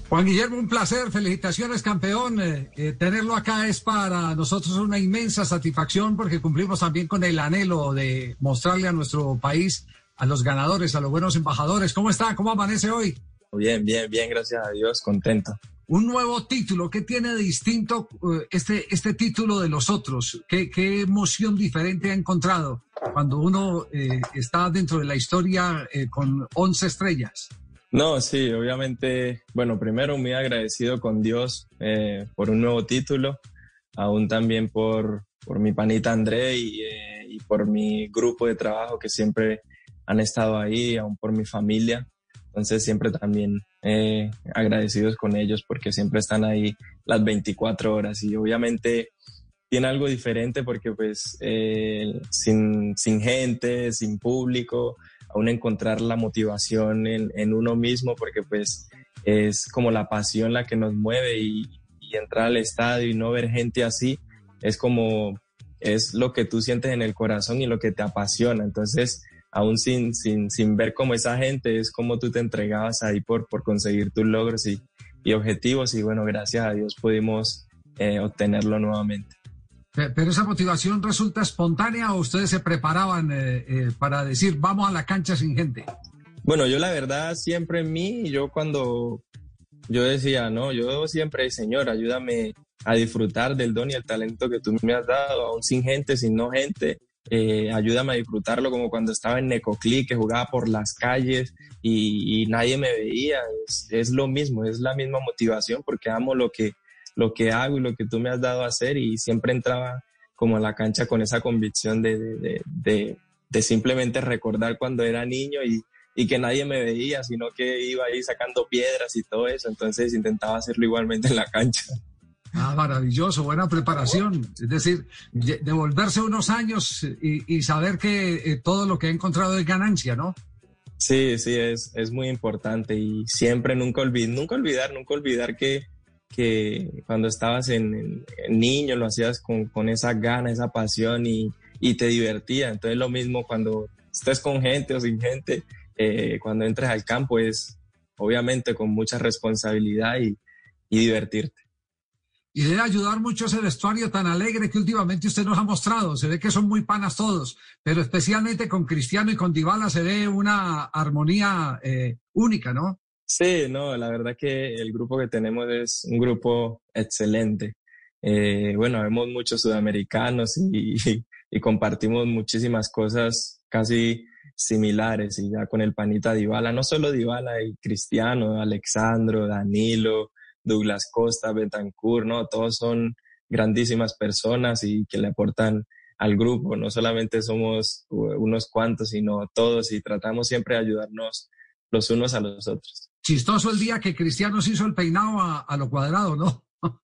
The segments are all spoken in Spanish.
Juan Guillermo, un placer, felicitaciones campeón. Tenerlo acá es para nosotros una inmensa satisfacción porque cumplimos también con el anhelo de mostrarle a nuestro país, a los ganadores, a los buenos embajadores. ¿Cómo está? ¿Cómo amanece hoy? Bien, gracias a Dios, contento. Un nuevo título, ¿qué tiene de distinto este título de los otros? ¿Qué emoción diferente ha encontrado cuando uno está dentro de la historia con 11 estrellas? No, sí, obviamente, bueno, primero muy agradecido con Dios por un nuevo título, aún también por mi panita André y por mi grupo de trabajo que siempre han estado ahí, aún por mi familia. Entonces siempre también agradecidos con ellos porque siempre están ahí las 24 horas y obviamente tiene algo diferente porque pues sin gente, sin público, aún encontrar la motivación en uno mismo porque pues es como la pasión la que nos mueve y entrar al estadio y no ver gente así es lo que tú sientes en el corazón y lo que te apasiona. Entonces aún sin ver como esa gente es como tú te entregabas ahí por conseguir tus logros y objetivos y bueno, gracias a Dios pudimos obtenerlo nuevamente. ¿Pero esa motivación resulta espontánea o ustedes se preparaban para decir vamos a la cancha sin gente? Bueno, yo la verdad siempre en mí, cuando yo decía, no, yo siempre, Señor, ayúdame a disfrutar del don y el talento que tú me has dado, aún sin gente, sin no gente. Ayúdame a disfrutarlo como cuando estaba en Necoclí, que jugaba por las calles y nadie me veía. Es lo mismo, es la misma motivación porque amo lo que hago y lo que tú me has dado a hacer y siempre entraba como a la cancha con esa convicción de simplemente recordar cuando era niño y que nadie me veía, sino que iba ahí sacando piedras y todo eso. Entonces intentaba hacerlo igualmente en la cancha. Ah, maravilloso, buena preparación. Es decir, devolverse unos años y saber que todo lo que ha encontrado es ganancia, ¿no? Sí, es muy importante y siempre nunca olvidar que cuando estabas en niño lo hacías con esa gana, esa pasión y te divertía. Entonces lo mismo cuando estés con gente o sin gente, cuando entres al campo es obviamente con mucha responsabilidad y divertirte. Y debe ayudar mucho ese vestuario tan alegre que últimamente usted nos ha mostrado. Se ve que son muy panas todos, pero especialmente con Cristiano y con Dybala se ve una armonía única, ¿no? Sí, no, la verdad que el grupo que tenemos es un grupo excelente. Bueno, vemos muchos sudamericanos y compartimos muchísimas cosas casi similares y ya con el panita Dybala, no solo Dybala y Cristiano, Alexandro, Danilo, Douglas Costa, Bentancur, ¿no? Todos son grandísimas personas y que le aportan al grupo. No solamente somos unos cuantos, sino todos y tratamos siempre de ayudarnos los unos a los otros. Chistoso el día que Cristiano se hizo el peinado a lo Cuadrado, ¿no?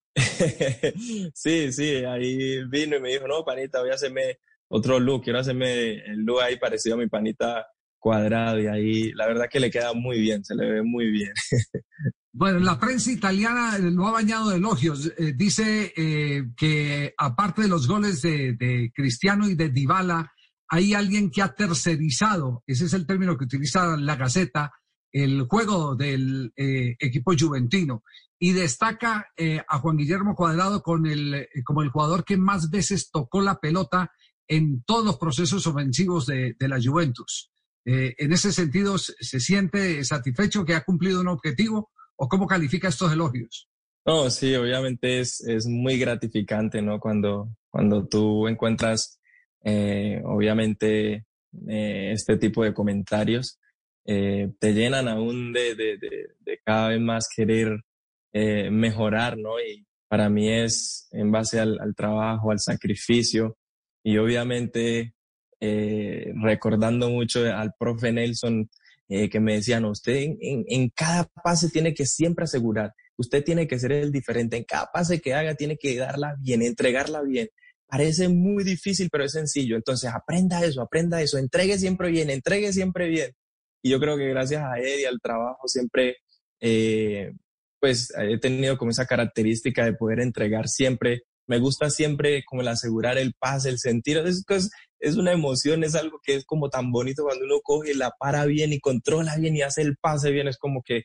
Sí, ahí vino y me dijo, no, panita, voy a hacerme otro look, quiero hacerme el look ahí parecido a mi panita Cuadrado y ahí la verdad que le queda muy bien, se le ve muy bien. Bueno, la prensa italiana lo ha bañado de elogios. Dice que aparte de los goles de Cristiano y de Dybala, hay alguien que ha tercerizado, ese es el término que utiliza la Gaceta, el juego del equipo juventino. Y destaca a Juan Guillermo Cuadrado como el jugador que más veces tocó la pelota en todos los procesos ofensivos de la Juventus. En ese sentido, ¿se siente satisfecho que ha cumplido un objetivo? ¿O cómo califica estos elogios? No, sí, obviamente es muy gratificante, ¿no? Cuando tú encuentras, obviamente, este tipo de comentarios, te llenan aún de cada vez más querer mejorar, ¿no? Y para mí es en base al trabajo, al sacrificio y obviamente recordando mucho al profe Nelson, que me decían, no, usted en cada pase tiene que siempre asegurar, usted tiene que ser el diferente, en cada pase que haga tiene que darla bien, entregarla bien. Parece muy difícil, pero es sencillo. Entonces aprenda eso, entregue siempre bien. Y yo creo que gracias a él y al trabajo siempre, pues he tenido como esa característica de poder entregar siempre. Me gusta siempre como el asegurar el pase, el sentir, es una emoción, es algo que es como tan bonito cuando uno coge, la para bien y controla bien y hace el pase bien, es como que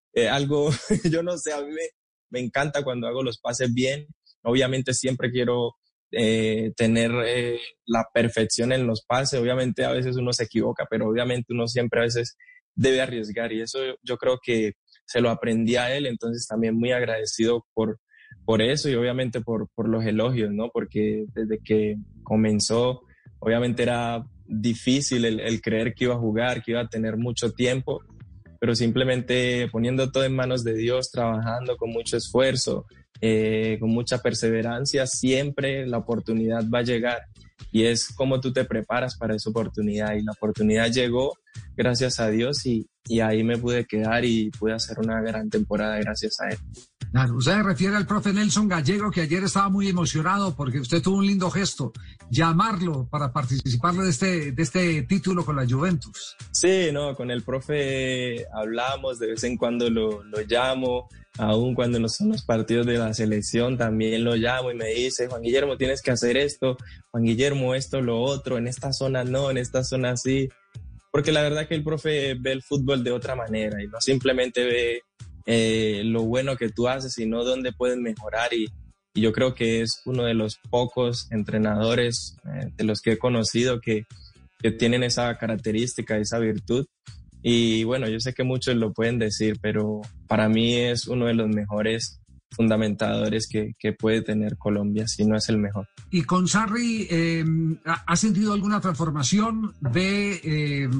algo, yo no sé, a mí me encanta cuando hago los pases bien. Obviamente siempre quiero tener la perfección en los pases. Obviamente a veces uno se equivoca, pero obviamente uno siempre a veces debe arriesgar, y eso yo creo que se lo aprendí a él. Entonces también muy agradecido por eso, y obviamente por los elogios, ¿no? Porque desde que comenzó, obviamente era difícil el creer que iba a jugar, que iba a tener mucho tiempo, pero simplemente poniendo todo en manos de Dios, trabajando con mucho esfuerzo, con mucha perseverancia, siempre la oportunidad va a llegar, y es como tú te preparas para esa oportunidad, y la oportunidad llegó, gracias a Dios, y ahí me pude quedar y pude hacer una gran temporada gracias a él. Claro, usted se refiere al profe Nelson Gallego, que ayer estaba muy emocionado porque usted tuvo un lindo gesto, llamarlo para participar de este título con la Juventus. Sí, no, con el profe hablamos, de vez en cuando lo llamo, aún cuando no son los partidos de la selección también lo llamo y me dice: Juan Guillermo, tienes que hacer esto, Juan Guillermo, esto, lo otro, en esta zona no, en esta zona sí, porque la verdad que el profe ve el fútbol de otra manera y no simplemente ve lo bueno que tú haces, sino dónde puedes mejorar, y yo creo que es uno de los pocos entrenadores de los que he conocido que tienen esa característica, esa virtud. Y bueno, yo sé que muchos lo pueden decir, pero para mí es uno de los mejores fundamentadores que puede tener Colombia, si no es el mejor. ¿Y con Sarri ha sentido alguna transformación? ¿Ve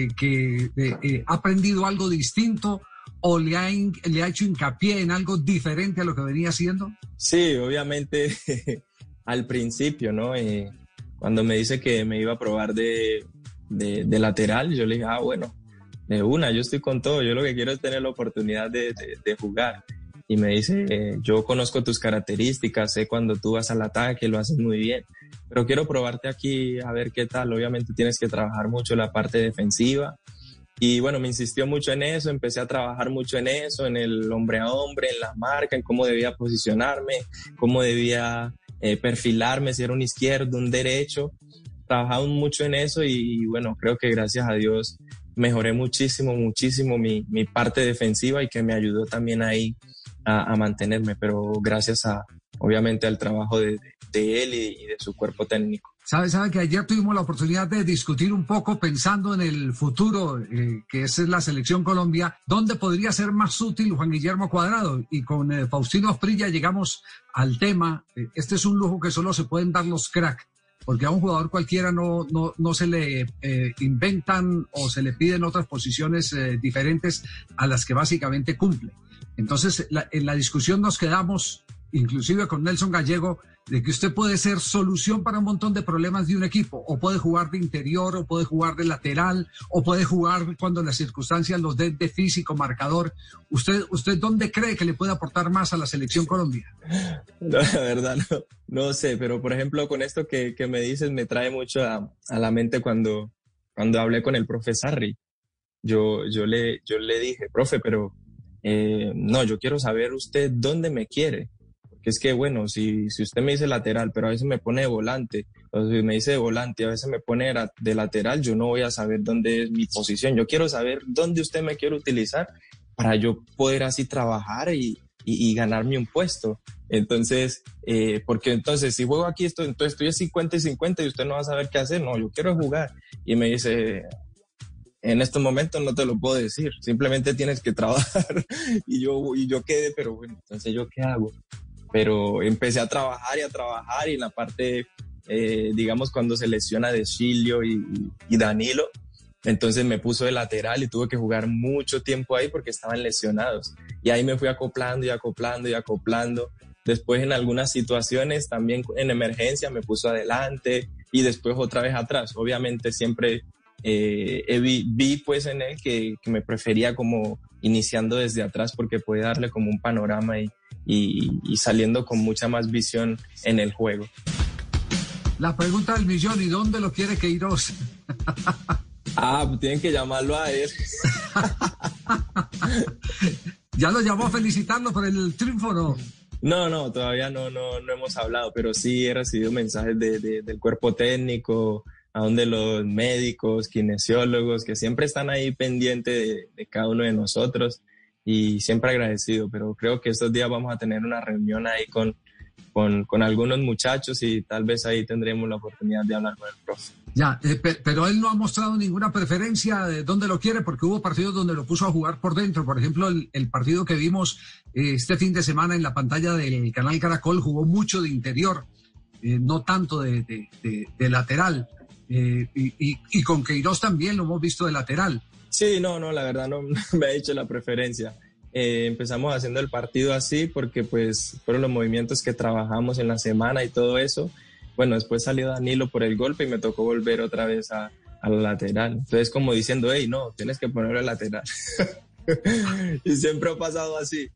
que ha aprendido algo distinto? ¿O le ha hecho hincapié en algo diferente a lo que venía haciendo? Sí, obviamente al principio, ¿no? Cuando me dice que me iba a probar de lateral, yo le dije, bueno, de una, yo estoy con todo, yo lo que quiero es tener la oportunidad de jugar. Y me dice, yo conozco tus características, sé cuando tú vas al ataque, lo haces muy bien, pero quiero probarte aquí a ver qué tal. Obviamente tienes que trabajar mucho la parte defensiva. Y bueno, me insistió mucho en eso, empecé a trabajar mucho en eso, en el hombre a hombre, en la marca, en cómo debía posicionarme, cómo debía perfilarme, si era un izquierdo, un derecho. Trabajaba mucho en eso y bueno, creo que gracias a Dios mejoré muchísimo mi parte defensiva, y que me ayudó también ahí a mantenerme, pero gracias obviamente al trabajo de él y de su cuerpo técnico. Sabe que ayer tuvimos la oportunidad de discutir un poco pensando en el futuro, que es la selección Colombia, ¿dónde podría ser más útil Juan Guillermo Cuadrado? Y con Faustino Asprilla llegamos al tema, este es un lujo que solo se pueden dar los cracks, porque a un jugador cualquiera no se le inventan o se le piden otras posiciones diferentes a las que básicamente cumple. Entonces, en la discusión nos quedamos, inclusive con Nelson Gallego, de que usted puede ser solución para un montón de problemas de un equipo, o puede jugar de interior, o puede jugar de lateral, o puede jugar cuando las circunstancias los den de físico, marcador. ¿Usted dónde cree que le puede aportar más a la selección Colombia? No, la verdad no sé, pero por ejemplo con esto que me dices me trae mucho a la mente cuando hablé con el profe Sarri. Yo le dije, profe, pero no, yo quiero saber usted dónde me quiere. Que es que, bueno, si usted me dice lateral, pero a veces me pone de volante, o si me dice de volante, a veces me pone de lateral, yo no voy a saber dónde es mi posición. Yo quiero saber dónde usted me quiere utilizar para yo poder así trabajar y ganarme un puesto. Entonces, porque entonces si juego aquí, entonces estoy a 50 y 50 y usted no va a saber qué hacer. No, yo quiero jugar. Y me dice, en estos momentos no te lo puedo decir, simplemente tienes que trabajar. y yo quedé, pero bueno, entonces ¿yo qué hago? Pero empecé a trabajar y en la parte, digamos, cuando se lesiona de Chilio y Danilo, entonces me puso de lateral y tuve que jugar mucho tiempo ahí porque estaban lesionados. Y ahí me fui acoplando. Después en algunas situaciones, también en emergencia, me puso adelante y después otra vez atrás. Obviamente siempre vi pues en él que me prefería como iniciando desde atrás porque puede darle como un panorama y saliendo con mucha más visión en el juego. La pregunta del millón, ¿y dónde lo quiere Queiroz? Pues tienen que llamarlo a él. ¿Ya lo llamó a felicitarlo por el triunfo, no? No, todavía no hemos hablado, pero sí he recibido mensajes del cuerpo técnico, aún de los médicos, kinesiólogos, que siempre están ahí pendientes de cada uno de nosotros. y siempre agradecido, pero creo que estos días vamos a tener una reunión ahí con algunos muchachos y tal vez ahí tendremos la oportunidad de hablar con el profe. Ya, pero él no ha mostrado ninguna preferencia de dónde lo quiere, porque hubo partidos donde lo puso a jugar por dentro. Por ejemplo, el partido que vimos este fin de semana en la pantalla del canal Caracol jugó mucho de interior, no tanto de lateral. Y con Queiroz también lo hemos visto de lateral. Sí, no, la verdad no me ha hecho la preferencia. Empezamos haciendo el partido así porque pues fueron los movimientos que trabajamos en la semana y todo eso. Bueno, después salió Danilo por el golpe y me tocó volver otra vez a la lateral. Entonces como diciendo, hey, no, tienes que ponerlo a lateral. Y siempre ha pasado así.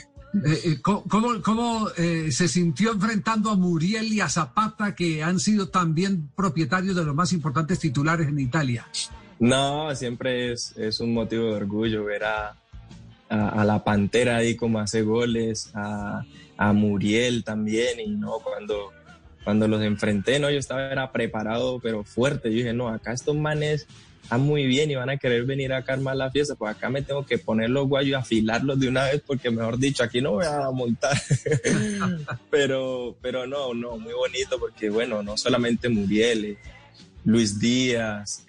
¿Cómo se sintió enfrentando a Muriel y a Zapata, que han sido también propietarios de los más importantes titulares en Italia? No, siempre es un motivo de orgullo ver a la Pantera ahí como hace goles, a Muriel también, y no, cuando los enfrenté, no, yo era preparado pero fuerte. Yo dije, no, acá estos manes están muy bien y van a querer venir acá a armar la fiesta, pues acá me tengo que poner los guayos y afilarlos de una vez, porque mejor dicho, aquí no voy a montar. pero no, muy bonito, porque bueno, no solamente Muriel, Luis Díaz,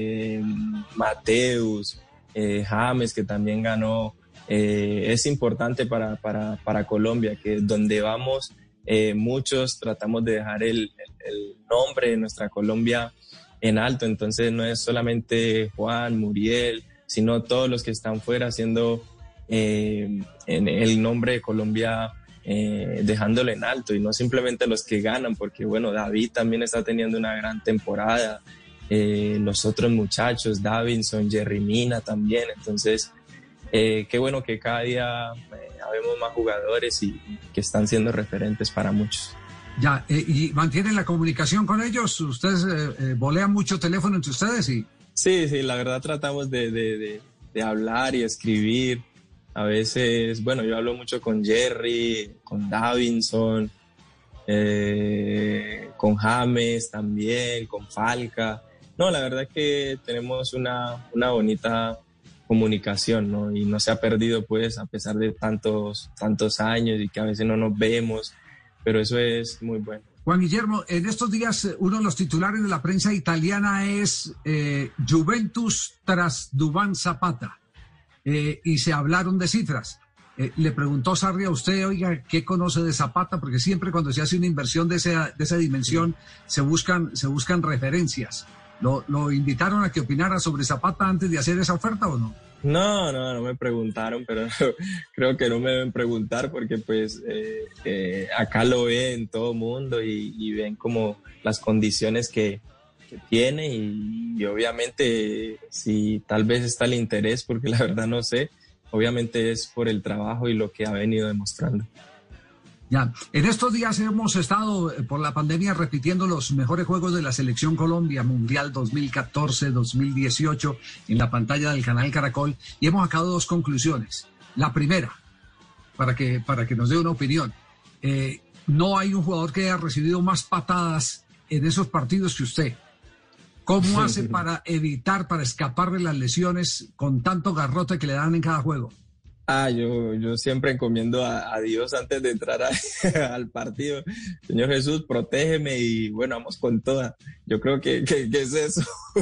Mateus, James, que también ganó. Es importante para Colombia, que donde vamos, muchos tratamos de dejar el nombre de nuestra Colombia en alto. Entonces no es solamente Juan, Muriel, sino todos los que están fuera haciendo en el nombre de Colombia, dejándolo en alto, y no simplemente los que ganan, porque bueno, David también está teniendo una gran temporada, los otros muchachos, Davinson, Jerry Mina también. Entonces qué bueno que cada día habemos más jugadores y que están siendo referentes para muchos. Ya, ¿y mantienen la comunicación con ellos? ¿Ustedes volean mucho teléfono entre ustedes? Sí, la verdad tratamos de hablar y escribir. A veces, bueno, yo hablo mucho con Jerry, con Davinson, con James también, con Falca. No, la verdad es que tenemos una bonita comunicación, ¿no? Y no se ha perdido, pues, a pesar de tantos años y que a veces no nos vemos, pero eso es muy bueno. Juan Guillermo, en estos días uno de los titulares de la prensa italiana es Juventus tras Duván Zapata, y se hablaron de cifras. Le preguntó Sarri a usted, oiga, ¿qué conoce de Zapata? Porque siempre cuando se hace una inversión de esa dimensión se buscan referencias. ¿Lo invitaron a que opinara sobre Zapata antes de hacer esa oferta o no? No me preguntaron, pero creo que no me deben preguntar, porque pues acá lo ven todo mundo y ven como las condiciones que tiene, y obviamente si tal vez está el interés, porque la verdad no sé, obviamente es por el trabajo y lo que ha venido demostrando. Ya, en estos días hemos estado por la pandemia repitiendo los mejores juegos de la Selección Colombia, Mundial 2014, 2018, en la pantalla del canal Caracol, y hemos sacado dos conclusiones. La primera, para que nos dé una opinión, no hay un jugador que haya recibido más patadas en esos partidos que usted. ¿Cómo hace para escapar de las lesiones con tanto garrote que le dan en cada juego? Yo siempre encomiendo a Dios antes de entrar al partido. Señor Jesús, protégeme, y bueno, vamos con toda. Yo creo que es eso.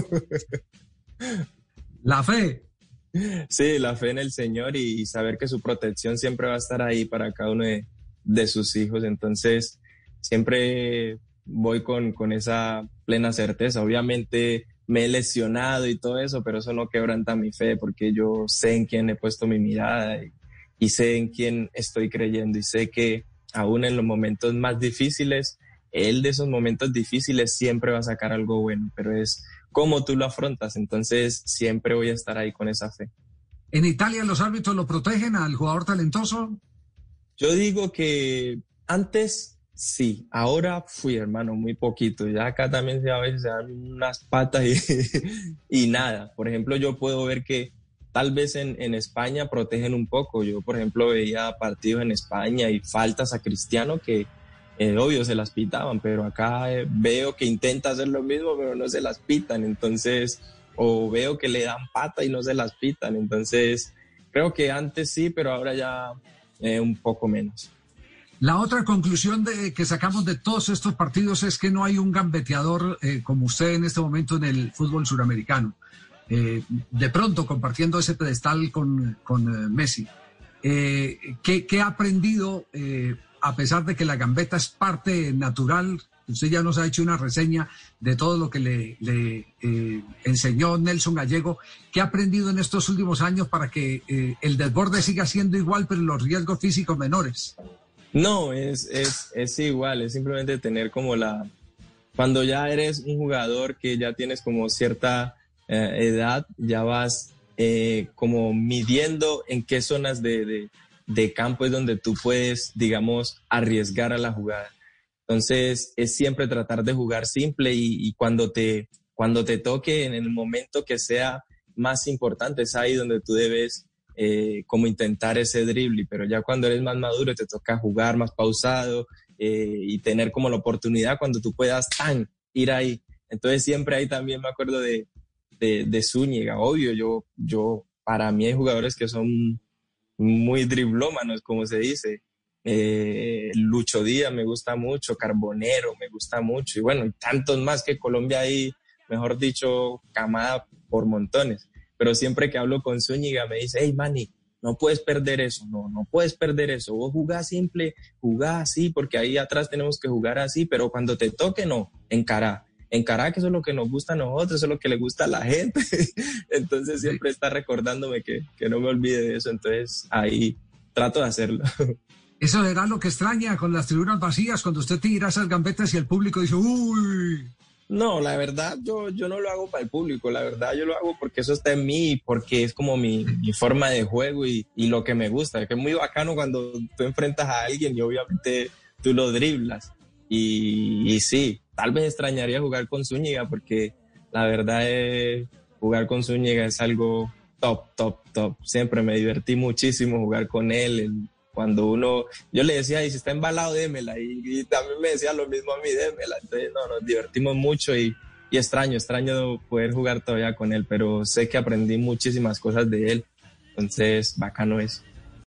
La fe. Sí, la fe en el Señor, y saber que su protección siempre va a estar ahí para cada uno de sus hijos. Entonces, siempre voy con esa plena certeza. Obviamente me he lesionado y todo eso, pero eso no quebranta mi fe, porque yo sé en quién he puesto mi mirada y sé en quién estoy creyendo, y sé que aún en los momentos más difíciles, él de esos momentos difíciles siempre va a sacar algo bueno, pero es cómo tú lo afrontas. Entonces siempre voy a estar ahí con esa fe. ¿En Italia los árbitros lo protegen al jugador talentoso? Yo digo que antes sí, ahora hermano, muy poquito. Ya acá también a veces se dan unas patas y nada. Por ejemplo, yo puedo ver que tal vez en España protegen un poco. Yo, por ejemplo, veía partidos en España y faltas a Cristiano que, obvio, se las pitaban, pero acá veo que intenta hacer lo mismo, pero no se las pitan. Entonces, o veo que le dan pata y no se las pitan. Entonces, Creo que antes sí, pero ahora ya un poco menos. La otra conclusión que sacamos de todos estos partidos es que no hay un gambeteador como usted en este momento en el fútbol suramericano. De pronto compartiendo ese pedestal con Messi. ¿Qué ha aprendido, a pesar de que la gambeta es parte natural? Usted ya nos ha hecho una reseña de todo lo que le enseñó Nelson Gallego. ¿Qué ha aprendido en estos últimos años para que el desborde siga siendo igual, pero los riesgos físicos menores? No, es igual, es simplemente tener como cuando ya eres un jugador que ya tienes como cierta edad, ya vas como midiendo en qué zonas de campo es donde tú puedes, digamos, arriesgar a la jugada. Entonces, es siempre tratar de jugar simple y cuando te toque en el momento que sea más importante, es ahí donde tú debes como intentar ese dribbling, pero ya cuando eres más maduro te toca jugar más pausado y tener como la oportunidad cuando tú puedas ir ahí. Entonces siempre ahí también me acuerdo de Zúñiga, obvio, yo para mí hay jugadores que son muy driblómanos, como se dice. Lucho Díaz me gusta mucho, Carbonero me gusta mucho y bueno, y tantos más que Colombia hay, mejor dicho, camada por montones. Pero siempre que hablo con Zúñiga me dice, hey, Manny, no puedes perder eso, no puedes perder eso. Vos jugás simple, jugás así, porque ahí atrás tenemos que jugar así, pero cuando te toque, no, encará, que eso es lo que nos gusta a nosotros, eso es lo que le gusta a la gente. Entonces siempre está recordándome que no me olvide de eso, entonces ahí trato de hacerlo. Eso era lo que extraña con las tribunas vacías, cuando usted tira esas gambetas y el público dice, uy... No, la verdad, yo no lo hago para el público, la verdad yo lo hago porque eso está en mí, porque es como mi forma de juego y lo que me gusta, que es muy bacano cuando tú enfrentas a alguien y obviamente tú lo driblas. Y sí, tal vez extrañaría jugar con Zúñiga porque la verdad es, jugar con Zúñiga es algo top. Siempre me divertí muchísimo jugar con él. Cuando yo le decía, y si está embalado, démela, y también me decía lo mismo a mí, démela. Entonces, nos divertimos mucho y extraño poder jugar todavía con él, pero sé que aprendí muchísimas cosas de él, entonces, bacano eso.